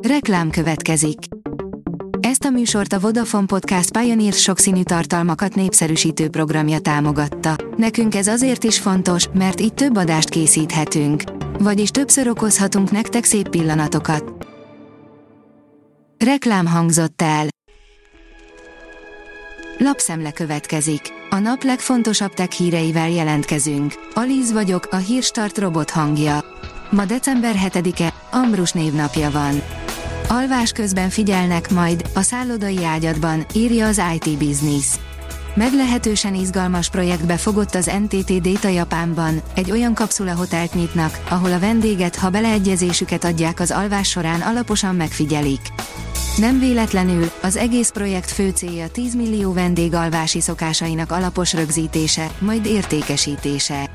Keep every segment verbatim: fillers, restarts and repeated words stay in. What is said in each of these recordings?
Reklám következik. Ezt a műsort a Vodafone Podcast Pioneer sokszínű tartalmakat népszerűsítő programja támogatta. Nekünk ez azért is fontos, mert így több adást készíthetünk. Vagyis többször okozhatunk nektek szép pillanatokat. Reklám hangzott el. Lapszemle következik. A nap legfontosabb tech híreivel jelentkezünk. Alíz vagyok, a Hírstart robot hangja. Ma december hetedike, Ambrus névnapja van. Alvás közben figyelnek majd, a szállodai ágyadban, írja az i té Business. Meglehetősen izgalmas projektbe fogott az en té té Data Japánban, egy olyan kapszulahotelt nyitnak, ahol a vendéget, ha beleegyezésüket adják az alvás során alaposan megfigyelik. Nem véletlenül, az egész projekt fő célja tíz millió vendég alvási szokásainak alapos rögzítése, majd értékesítése.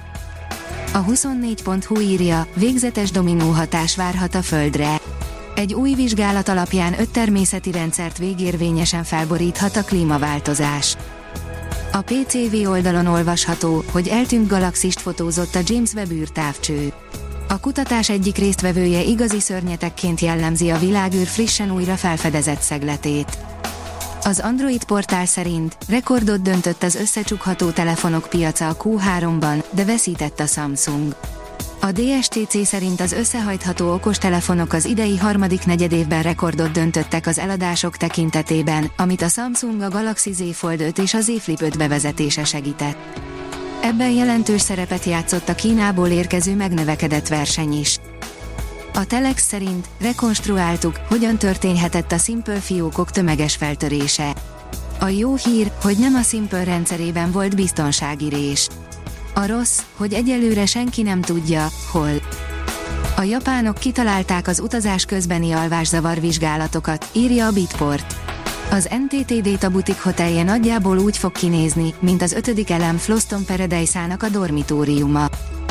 A huszonnégy pont hu írja, végzetes dominóhatás várhat a Földre. Egy új vizsgálat alapján öt természeti rendszert végérvényesen felboríthat a klímaváltozás. A pé cé vé oldalon olvasható, hogy eltűnt galaxist fotózott a James Webb űrtávcső. A kutatás egyik résztvevője igazi szörnyetekként jellemzi a világűr frissen újra felfedezett szegletét. Az Android portál szerint rekordot döntött az összecsukható telefonok piaca a kú háromban, de veszített a Samsung. A dé es té cé szerint az összehajtható okostelefonok az idei harmadik negyedévben rekordot döntöttek az eladások tekintetében, amit a Samsung a Galaxy Z Fold öt és a Z Flip öt bevezetése segített. Ebben jelentős szerepet játszott a Kínából érkező megnövekedett verseny is. A Telex szerint rekonstruáltuk, hogyan történhetett a Simple fiókok tömeges feltörése. A jó hír, hogy nem a Simple rendszerében volt biztonsági rés. A rossz, hogy egyelőre senki nem tudja, hol. A japánok kitalálták az utazás közbeni alvászavar vizsgálatokat, írja a Bitport. Az en té té Data Boutique hotelje nagyjából úgy fog kinézni, mint az ötödik elem Floston Paradise-ának a dormitóriuma.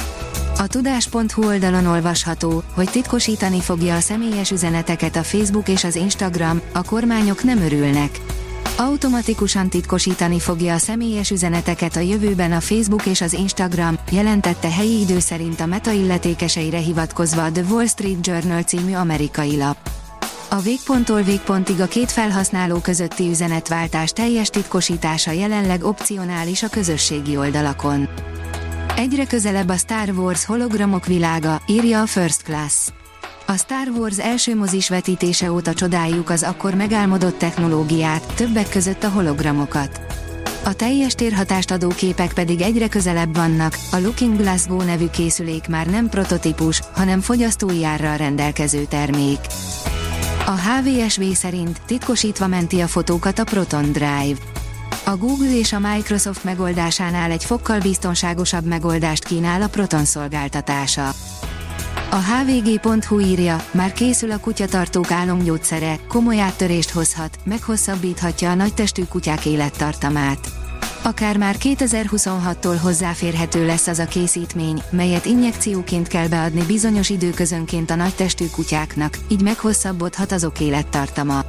A tudás pont hu oldalon olvasható, hogy titkosítani fogja a személyes üzeneteket a Facebook és az Instagram, a kormányok nem örülnek. Automatikusan titkosítani fogja a személyes üzeneteket a jövőben a Facebook és az Instagram, jelentette helyi idő szerint a Meta illetékeseire hivatkozva a The Wall Street Journal című amerikai lap. A végponttól végpontig a két felhasználó közötti üzenetváltás teljes titkosítása jelenleg opcionális a közösségi oldalakon. Egyre közelebb a Star Wars hologramok világa, írja a First Class. A Star Wars első mozis vetítése óta csodáljuk az akkor megálmodott technológiát, többek között a hologramokat. A teljes térhatást adó képek pedig egyre közelebb vannak, a Looking Glass Go nevű készülék már nem prototípus, hanem fogyasztói árral rendelkező termék. A há vé es vé szerint titkosítva menti a fotókat a Proton Drive. A Google és a Microsoft megoldásánál egy fokkal biztonságosabb megoldást kínál a Proton szolgáltatása. A há vé gé pont hu írja, már készül a kutyatartók álomgyógyszere, komoly áttörést hozhat, meghosszabbíthatja a nagytestű kutyák élettartamát. Akár már kétezer-huszonhattól hozzáférhető lesz az a készítmény, melyet injekcióként kell beadni bizonyos időközönként a nagytestű kutyáknak, így meghosszabbodhat azok élettartama.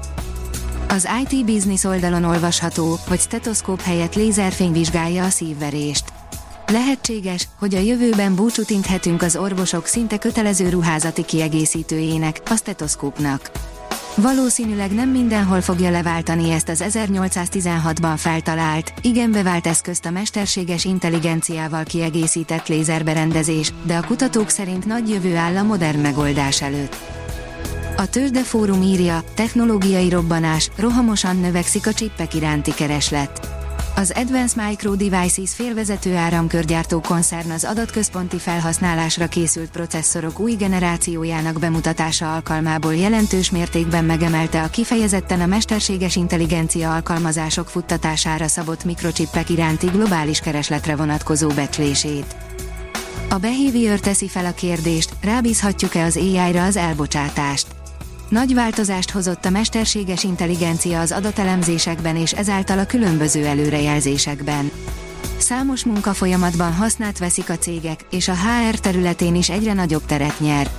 Az i té Business oldalon olvasható, hogy stetoszkóp helyett lézerfény vizsgálja a szívverést. Lehetséges, hogy a jövőben búcsút inthetünk az orvosok szinte kötelező ruházati kiegészítőjének, a stetoszkópnak. Valószínűleg nem mindenhol fogja leváltani ezt az ezernyolcszáztizenhatban feltalált, igen bevált eszközt a mesterséges intelligenciával kiegészített lézerberendezés, de a kutatók szerint nagy jövő áll a modern megoldás előtt. A Tőzsdefórum írja, technológiai robbanás, rohamosan növekszik a csippek iránti kereslet. Az Advanced Micro Devices félvezető áramkörgyártó koncern az adatközponti felhasználásra készült processzorok új generációjának bemutatása alkalmából jelentős mértékben megemelte a kifejezetten a mesterséges intelligencia alkalmazások futtatására szabott mikrocsippek iránti globális keresletre vonatkozó becslését. A Behavior teszi fel a kérdést, rábízhatjuk-e az á í-ra az elbocsátást. Nagy változást hozott a mesterséges intelligencia az adatelemzésekben és ezáltal a különböző előrejelzésekben. Számos munkafolyamatban hasznát veszik a cégek, és a há er területén is egyre nagyobb teret nyer.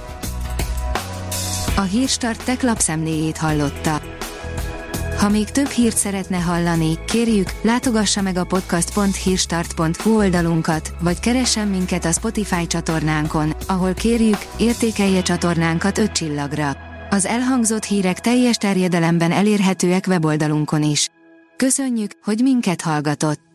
A Hírstart Tech lapszemléjét hallotta. Ha még több hírt szeretne hallani, kérjük, látogassa meg a podcast pont hírstart pont hu oldalunkat, vagy keressen minket a Spotify csatornánkon, ahol kérjük, értékelje csatornánkat öt csillagra. Az elhangzott hírek teljes terjedelemben elérhetőek weboldalunkon is. Köszönjük, hogy minket hallgatott!